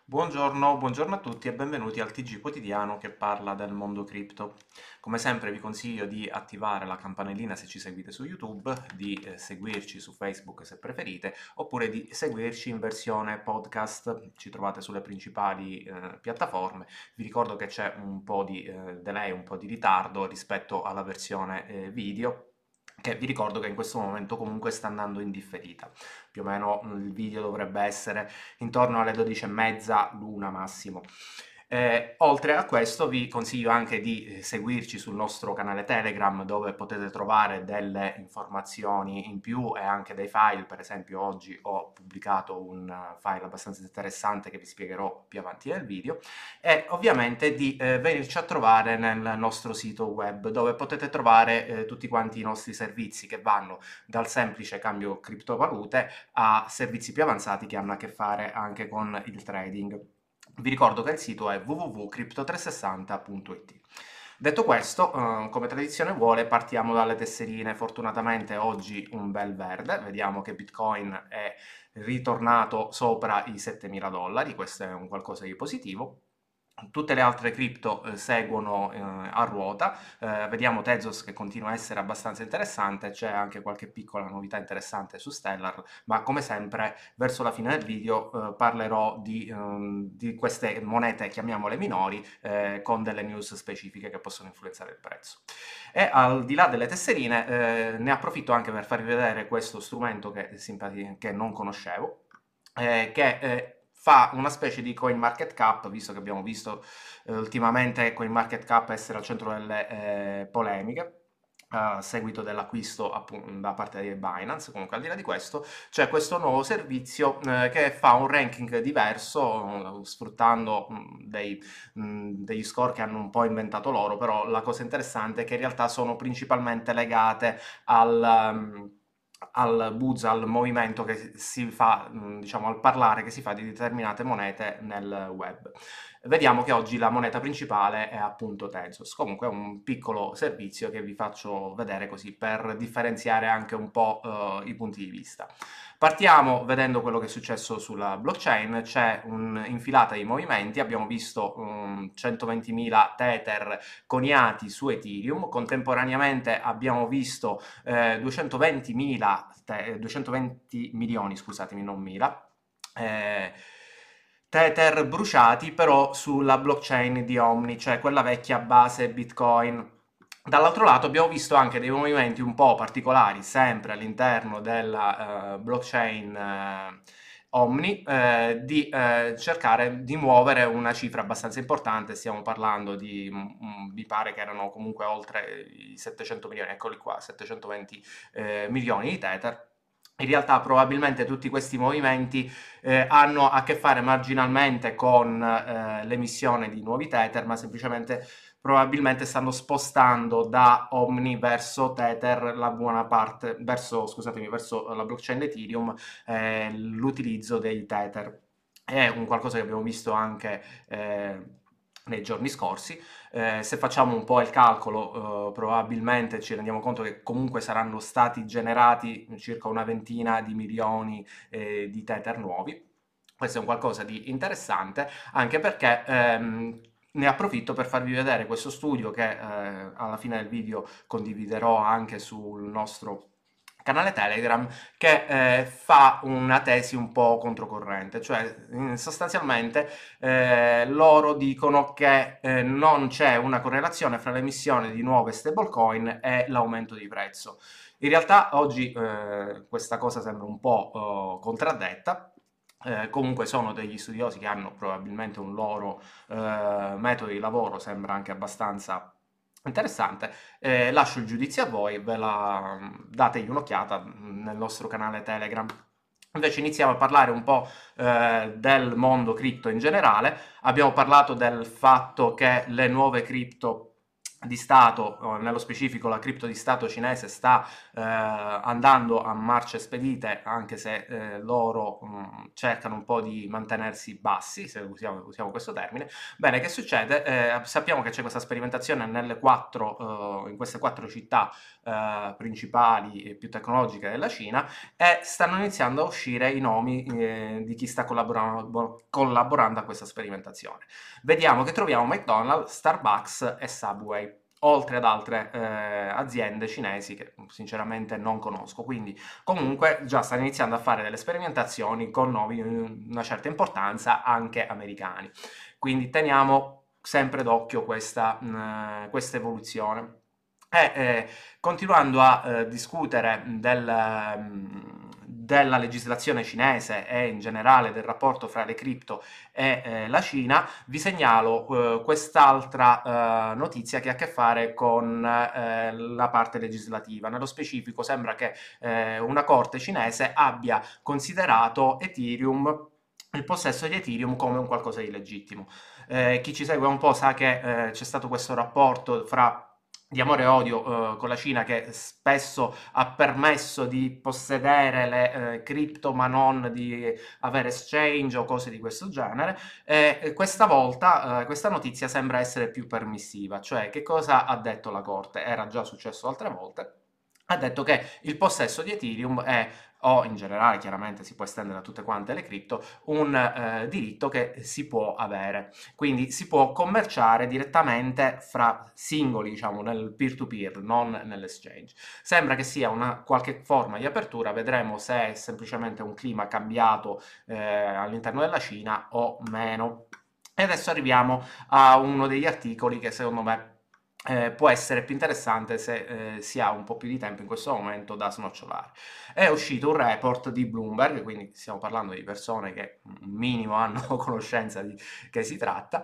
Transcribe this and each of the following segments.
Buongiorno a tutti e benvenuti al TG quotidiano che parla del mondo cripto. Come sempre vi consiglio di attivare la campanellina se ci seguite su YouTube, di seguirci su Facebook se preferite, oppure di seguirci in versione podcast. Ci trovate sulle principali piattaforme. Vi ricordo che c'è un po' di delay, un po' di ritardo rispetto alla versione video, che vi ricordo che in questo momento comunque sta andando in differita. Più o meno il video dovrebbe essere intorno alle 12:30, l'una massimo. Oltre a questo vi consiglio anche di seguirci sul nostro canale Telegram, dove potete trovare delle informazioni in più e anche dei file. Per esempio oggi ho pubblicato un file abbastanza interessante che vi spiegherò più avanti nel video, e ovviamente di venirci a trovare nel nostro sito web, dove potete trovare tutti quanti i nostri servizi, che vanno dal semplice cambio criptovalute a servizi più avanzati che hanno a che fare anche con il trading. Vi ricordo che il sito è www.crypto360.it. Detto questo, come tradizione vuole, partiamo dalle tesserine. Fortunatamente oggi un bel verde, vediamo che Bitcoin è ritornato sopra i $7.000, questo è un qualcosa di positivo. Tutte le altre cripto seguono a ruota. Vediamo Tezos che continua a essere abbastanza interessante, c'è anche qualche piccola novità interessante su Stellar, ma come sempre verso la fine del video parlerò di queste monete, chiamiamole minori, con delle news specifiche che possono influenzare il prezzo. E al di là delle tesserine ne approfitto anche per farvi vedere questo strumento che non conoscevo, che fa una specie di CoinMarketCap, visto che abbiamo visto ultimamente CoinMarketCap essere al centro delle polemiche a seguito dell'acquisto da parte di Binance. Comunque, al di là di questo, c'è questo nuovo servizio che fa un ranking diverso, sfruttando degli score che hanno un po' inventato loro, però la cosa interessante è che in realtà sono principalmente legate al buzz, al movimento che si fa, diciamo al parlare che si fa di determinate monete nel web. Vediamo che oggi la moneta principale è appunto Tezos. Comunque è un piccolo servizio che vi faccio vedere così per differenziare anche un po' i punti di vista. Partiamo vedendo quello che è successo sulla blockchain. C'è un'infilata di movimenti, abbiamo visto 120.000 Tether coniati su Ethereum, contemporaneamente abbiamo visto 220 milioni, scusatemi, non mila, Tether bruciati però sulla blockchain di Omni, cioè quella vecchia base Bitcoin. Dall'altro lato abbiamo visto anche dei movimenti un po' particolari, sempre all'interno della blockchain Omni, di cercare di muovere una cifra abbastanza importante. Stiamo parlando di, mi pare che erano comunque oltre i 700 milioni, eccoli qua, 720 milioni di Tether. In realtà probabilmente tutti questi movimenti hanno a che fare marginalmente con l'emissione di nuovi Tether, ma semplicemente probabilmente stanno spostando da Omni verso Tether la buona parte, verso la blockchain Ethereum, l'utilizzo dei Tether. È un qualcosa che abbiamo visto anche nei giorni scorsi. Se facciamo un po' il calcolo, probabilmente ci rendiamo conto che comunque saranno stati generati circa una ventina di milioni di Tether nuovi. Questo è un qualcosa di interessante, anche perché ne approfitto per farvi vedere questo studio che alla fine del video condividerò anche sul nostro canale Telegram, che fa una tesi un po' controcorrente, cioè sostanzialmente loro dicono che non c'è una correlazione fra l'emissione di nuove stablecoin e l'aumento di prezzo. In realtà oggi questa cosa sembra un po' contraddetta. Comunque sono degli studiosi che hanno probabilmente un loro metodo di lavoro, sembra anche abbastanza interessante. Lascio il giudizio a voi, dategli un'occhiata nel nostro canale Telegram. Invece iniziamo a parlare un po' del mondo cripto in generale. Abbiamo parlato del fatto che le nuove cripto di Stato, nello specifico la cripto di Stato cinese, sta andando a marce spedite, anche se loro cercano un po' di mantenersi bassi, se usiamo questo termine. Bene, che succede? Sappiamo che c'è questa sperimentazione in queste 4 città principali e più tecnologiche della Cina, e stanno iniziando a uscire i nomi di chi sta collaborando a questa sperimentazione. Vediamo che troviamo McDonald's, Starbucks e Subway, oltre ad altre aziende cinesi che sinceramente non conosco. Quindi comunque già stanno iniziando a fare delle sperimentazioni con nomi di una certa importanza, anche americani. Quindi teniamo sempre d'occhio questa evoluzione. Continuando a discutere della legislazione cinese e in generale del rapporto fra le cripto e la Cina, vi segnalo quest'altra notizia che ha a che fare con la parte legislativa. Nello specifico sembra che una corte cinese abbia considerato Ethereum, il possesso di Ethereum, come un qualcosa di legittimo. Chi ci segue un po' sa che c'è stato questo rapporto di amore e odio con la Cina, che spesso ha permesso di possedere le cripto ma non di avere exchange o cose di questo genere. Questa volta questa notizia sembra essere più permissiva. Cioè, che cosa ha detto la Corte? Era già successo altre volte. Ha detto che il possesso di Ethereum è, o in generale chiaramente si può estendere a tutte quante le cripto, un diritto che si può avere. Quindi si può commerciare direttamente fra singoli, diciamo, nel peer-to-peer, non nell'exchange. Sembra che sia una qualche forma di apertura, vedremo se è semplicemente un clima cambiato all'interno della Cina o meno. E adesso arriviamo a uno degli articoli che secondo me può essere più interessante se si ha un po' più di tempo in questo momento da snocciolare. È uscito un report di Bloomberg, quindi stiamo parlando di persone che un minimo hanno conoscenza di che si tratta,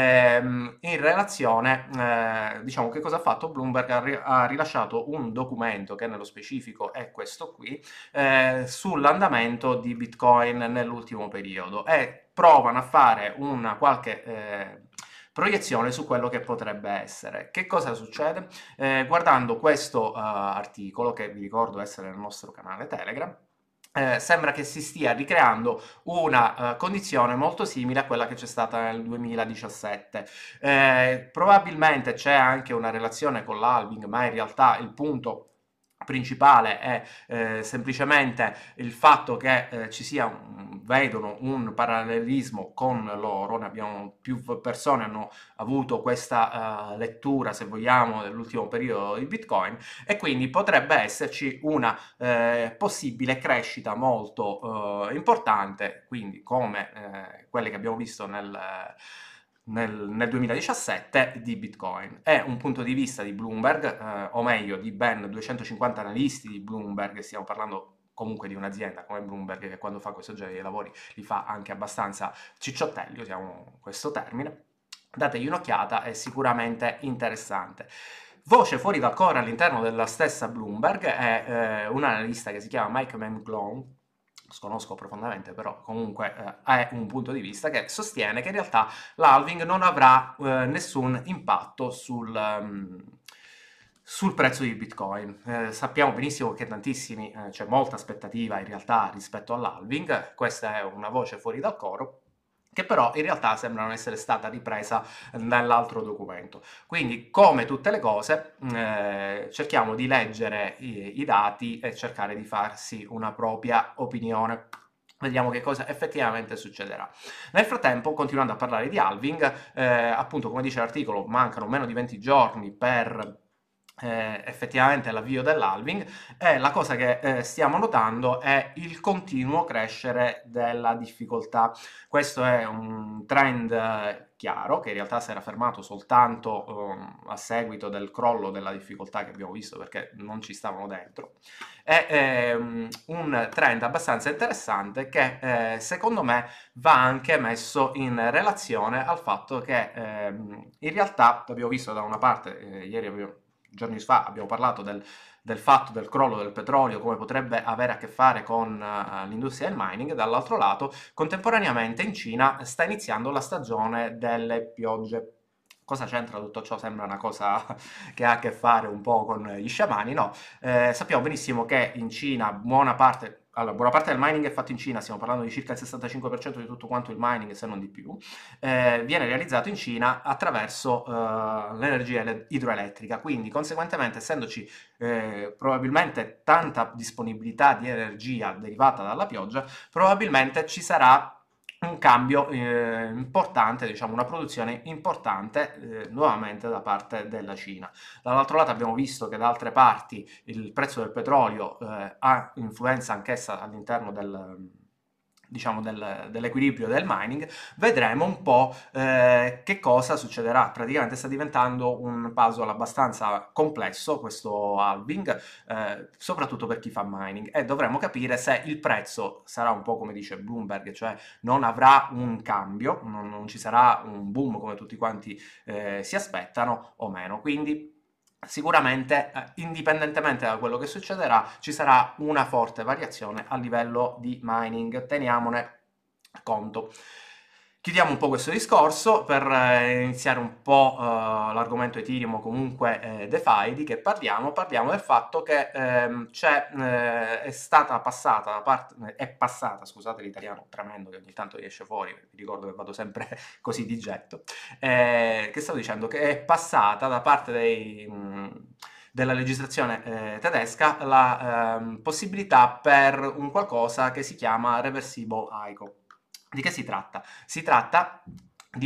in relazione, diciamo, che cosa ha fatto Bloomberg? Ha rilasciato un documento, che nello specifico è questo qui, sull'andamento di Bitcoin nell'ultimo periodo, e provano a fare una qualche proiezione su quello che potrebbe essere. Che cosa succede? Guardando questo articolo, che vi ricordo essere nel nostro canale Telegram, sembra che si stia ricreando una condizione molto simile a quella che c'è stata nel 2017. Probabilmente c'è anche una relazione con l'halving, ma in realtà il punto principale è semplicemente il fatto che vedono un parallelismo con l'oro. Più persone hanno avuto questa lettura, se vogliamo, dell'ultimo periodo di Bitcoin, e quindi potrebbe esserci una possibile crescita molto importante, quindi come quelle che abbiamo visto nel 2017 di Bitcoin. È un punto di vista di Bloomberg, o meglio di ben 250 analisti di Bloomberg. Stiamo parlando comunque di un'azienda come Bloomberg, che quando fa questo genere di lavori li fa anche abbastanza cicciottelli, usiamo questo termine. Dategli un'occhiata, è sicuramente interessante. Voce fuori dal core all'interno della stessa Bloomberg è un analista che si chiama Mike Manglone, sconosco profondamente, però comunque è un punto di vista che sostiene che in realtà l'halving non avrà nessun impatto sul prezzo di Bitcoin. Sappiamo benissimo che c'è molta aspettativa in realtà rispetto all'halving. Questa è una voce fuori dal coro, che però in realtà sembra non essere stata ripresa nell'altro documento. Quindi, come tutte le cose, cerchiamo di leggere i dati e cercare di farsi una propria opinione. Vediamo che cosa effettivamente succederà. Nel frattempo, continuando a parlare di halving, appunto, come dice l'articolo, mancano meno di 20 giorni per effettivamente l'avvio dell'halving, e la cosa che stiamo notando è il continuo crescere della difficoltà. Questo è un trend chiaro, che in realtà si era fermato soltanto a seguito del crollo della difficoltà che abbiamo visto, perché non ci stavano dentro. È un trend abbastanza interessante che secondo me va anche messo in relazione al fatto che in realtà abbiamo visto da una parte, giorni fa abbiamo parlato del fatto del crollo del petrolio, come potrebbe avere a che fare con l'industria del mining. Dall'altro lato, contemporaneamente in Cina sta iniziando la stagione delle piogge Cosa c'entra tutto ciò? Sembra una cosa che ha a che fare un po' con gli sciamani, no? Sappiamo benissimo che in Cina buona parte del mining è fatto in Cina, stiamo parlando di circa il 65% di tutto quanto il mining, se non di più, viene realizzato in Cina attraverso l'energia idroelettrica, quindi conseguentemente essendoci probabilmente tanta disponibilità di energia derivata dalla pioggia, probabilmente ci sarà un cambio importante, diciamo una produzione importante nuovamente da parte della Cina. Dall'altro lato abbiamo visto che da altre parti il prezzo del petrolio ha influenza anch'essa all'interno diciamo dell'equilibrio del mining. Vedremo un po' che cosa succederà. Praticamente sta diventando un puzzle abbastanza complesso questo halving, soprattutto per chi fa mining, e dovremo capire se il prezzo sarà un po' come dice Bloomberg, cioè non avrà un cambio, non ci sarà un boom come tutti quanti si aspettano o meno. Quindi sicuramente, indipendentemente da quello che succederà, ci sarà una forte variazione a livello di mining, teniamone conto. Chiudiamo un po' questo discorso per iniziare un po' l'argomento Ethereum o comunque DeFi. Di che parliamo? Parliamo del fatto che è stata passata da parte, è passata, scusate l'italiano tremendo che ogni tanto riesce fuori, vi ricordo che vado sempre così di getto, che stavo dicendo che è passata da parte della legislazione tedesca la possibilità per un qualcosa che si chiama reversible ICO. Di che si tratta? Si tratta di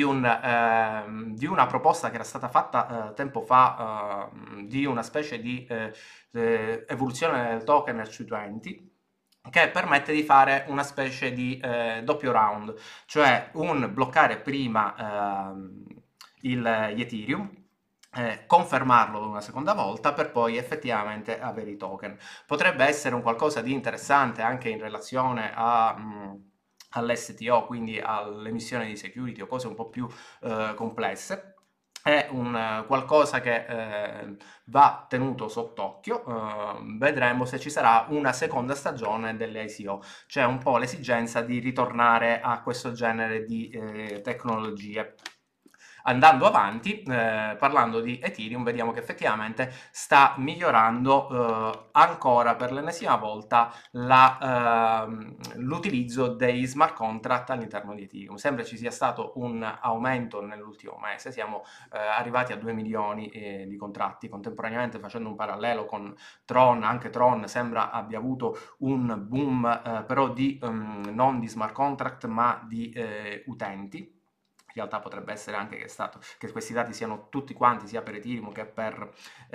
una proposta che era stata fatta tempo fa, di una specie di evoluzione del token RC20, che permette di fare una specie di doppio round, cioè un bloccare prima gli Ethereum, confermarlo una seconda volta per poi effettivamente avere i token. Potrebbe essere un qualcosa di interessante anche in relazione all'STO, quindi all'emissione di security o cose un po' più complesse. È un qualcosa che va tenuto sott'occhio. Vedremo se ci sarà una seconda stagione delle ICO. C'è un po' l'esigenza di ritornare a questo genere di tecnologie. Andando avanti, parlando di Ethereum, vediamo che effettivamente sta migliorando ancora per l'ennesima volta l'utilizzo dei smart contract all'interno di Ethereum. Sembra ci sia stato un aumento nell'ultimo mese, siamo arrivati a 2 milioni di contratti contemporaneamente, facendo un parallelo con Tron. Anche Tron sembra abbia avuto un boom però non di smart contract ma di utenti. In realtà potrebbe essere anche che questi dati siano tutti quanti, sia per Ethereum che per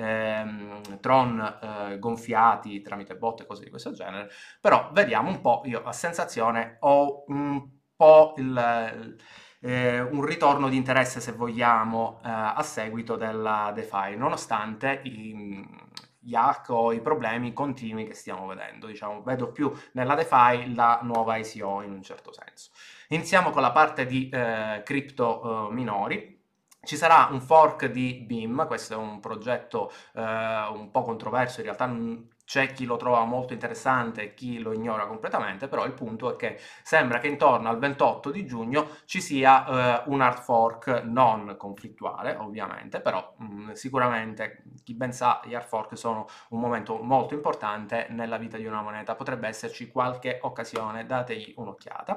Tron, gonfiati tramite bot e cose di questo genere. Però vediamo un po', io a sensazione ho un po' un ritorno di interesse, se vogliamo, a seguito della DeFi, nonostante gli hack o i problemi continui che stiamo vedendo. Diciamo, vedo più nella DeFi la nuova ICO in un certo senso. Iniziamo con la parte di cripto minori. Ci sarà un fork di BIM, questo è un progetto un po' controverso, in realtà c'è chi lo trova molto interessante e chi lo ignora completamente, però il punto è che sembra che intorno al 28 di giugno ci sia un hard fork non conflittuale, ovviamente, però sicuramente chi ben sa gli hard fork sono un momento molto importante nella vita di una moneta, potrebbe esserci qualche occasione, dategli un'occhiata.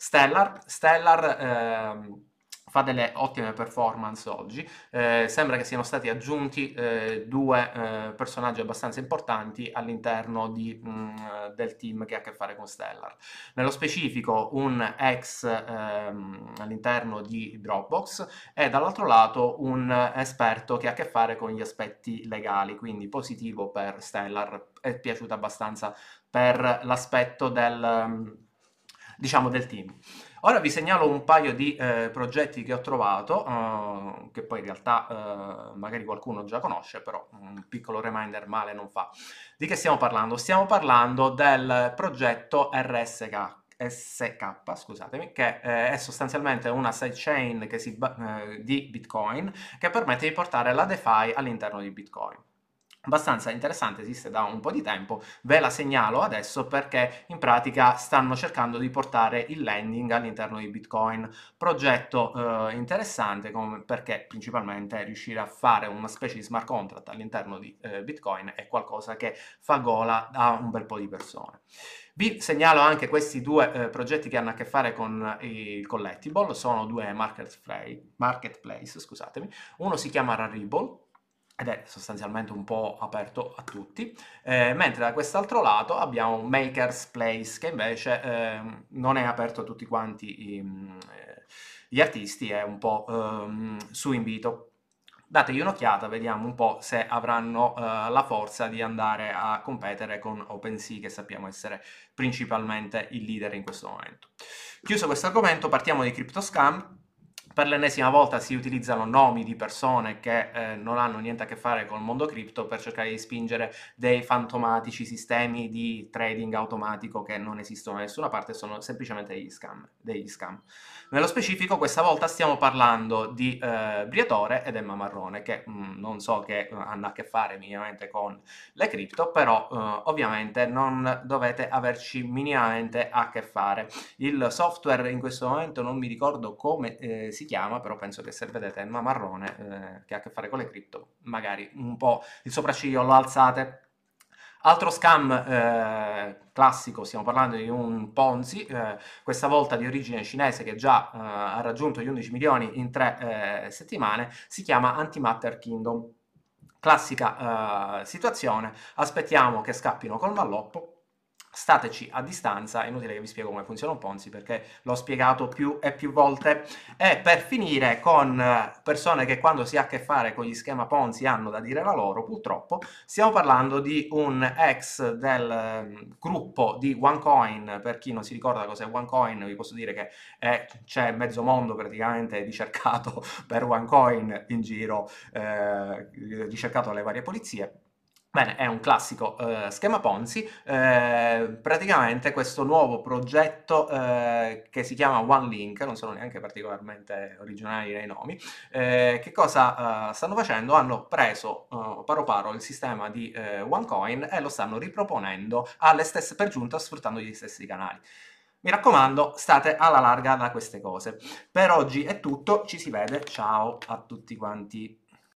Stellar fa delle ottime performance oggi, sembra che siano stati aggiunti due personaggi abbastanza importanti all'interno del team che ha a che fare con Stellar. Nello specifico un ex all'interno di Dropbox e dall'altro lato un esperto che ha a che fare con gli aspetti legali, quindi positivo per Stellar, è piaciuto abbastanza per l'aspetto diciamo del team. Ora vi segnalo un paio di progetti che ho trovato, che poi in realtà magari qualcuno già conosce, però un piccolo reminder male non fa. Di che stiamo parlando? Stiamo parlando del progetto SK, scusatemi, che è sostanzialmente una sidechain di Bitcoin che permette di portare la DeFi all'interno di Bitcoin. abbastanza interessante, esiste da un po' di tempo, ve la segnalo adesso perché in pratica stanno cercando di portare il lending all'interno di Bitcoin, progetto interessante perché principalmente riuscire a fare una specie di smart contract all'interno di Bitcoin è qualcosa che fa gola a un bel po' di persone. Vi segnalo anche questi due progetti che hanno a che fare con il collectible, sono due marketplace, scusatemi. Uno si chiama Rarible ed è sostanzialmente un po' aperto a tutti, mentre da quest'altro lato abbiamo Maker's Place che invece non è aperto a tutti quanti gli artisti, è un po' su invito. Dategli un'occhiata, vediamo un po' se avranno la forza di andare a competere con OpenSea, che sappiamo essere principalmente il leader in questo momento. Chiuso questo argomento, partiamo di CryptoScam. Per l'ennesima volta si utilizzano nomi di persone che non hanno niente a che fare col mondo cripto per cercare di spingere dei fantomatici sistemi di trading automatico che non esistono da nessuna parte, sono semplicemente degli scam. Nello specifico questa volta stiamo parlando di Briatore ed Emma Marrone, che non so che hanno a che fare minimamente con le cripto, però ovviamente non dovete averci minimamente a che fare. Il software in questo momento non mi ricordo come si chiama, però penso che se vedete Emma Marrone che ha a che fare con le cripto, magari un po' il sopracciglio lo alzate. Altro scam classico, stiamo parlando di un Ponzi, questa volta di origine cinese che già ha raggiunto gli 11 milioni in 3 settimane, si chiama Antimatter Kingdom. Classica situazione, aspettiamo che scappino col malloppo, stateci a distanza, è inutile che vi spiego come funziona un Ponzi perché l'ho spiegato più e più volte. E per finire con persone che quando si ha a che fare con gli schema Ponzi hanno da dire la loro, purtroppo stiamo parlando di un ex del gruppo di OneCoin. Per chi non si ricorda cos'è OneCoin, vi posso dire che c'è mezzo mondo praticamente ricercato per OneCoin in giro, ricercato dalle varie polizie. Bene, è un classico schema Ponzi, praticamente questo nuovo progetto che si chiama OneLink, non sono neanche particolarmente originali nei nomi, che cosa stanno facendo? Hanno preso paro paro il sistema di OneCoin e lo stanno riproponendo alle stesse, per giunta sfruttando gli stessi canali. Mi raccomando, state alla larga da queste cose. Per oggi è tutto, ci si vede, ciao a tutti quanti.